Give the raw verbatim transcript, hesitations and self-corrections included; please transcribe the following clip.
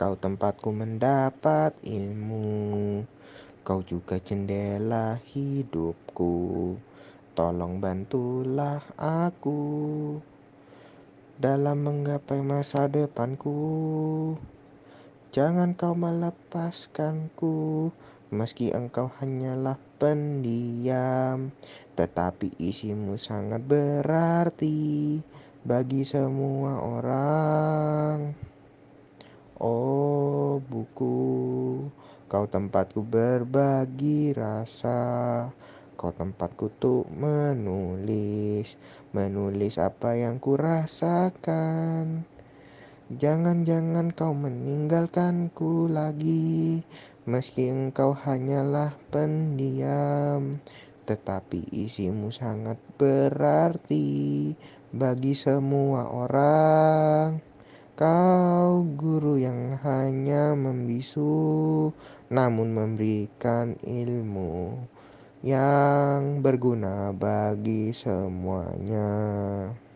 Kau tempatku mendapat ilmu, kau juga jendela hidupku. Tolong bantulah aku dalam menggapai masa depanku. Jangan kau melepaskanku, meski engkau hanyalah pendiam, tetapi isimu sangat berarti bagi semua orang. Oh buku, kau tempatku berbagi rasa, kau tempatku untuk menulis, menulis apa yang ku rasakan. Jangan-jangan kau meninggalkanku lagi, meski engkau hanyalah pendiam, tetapi isimu sangat berarti bagi semua orang. Kau guru yang hanya membisu, namun memberikan ilmu yang berguna bagi semuanya.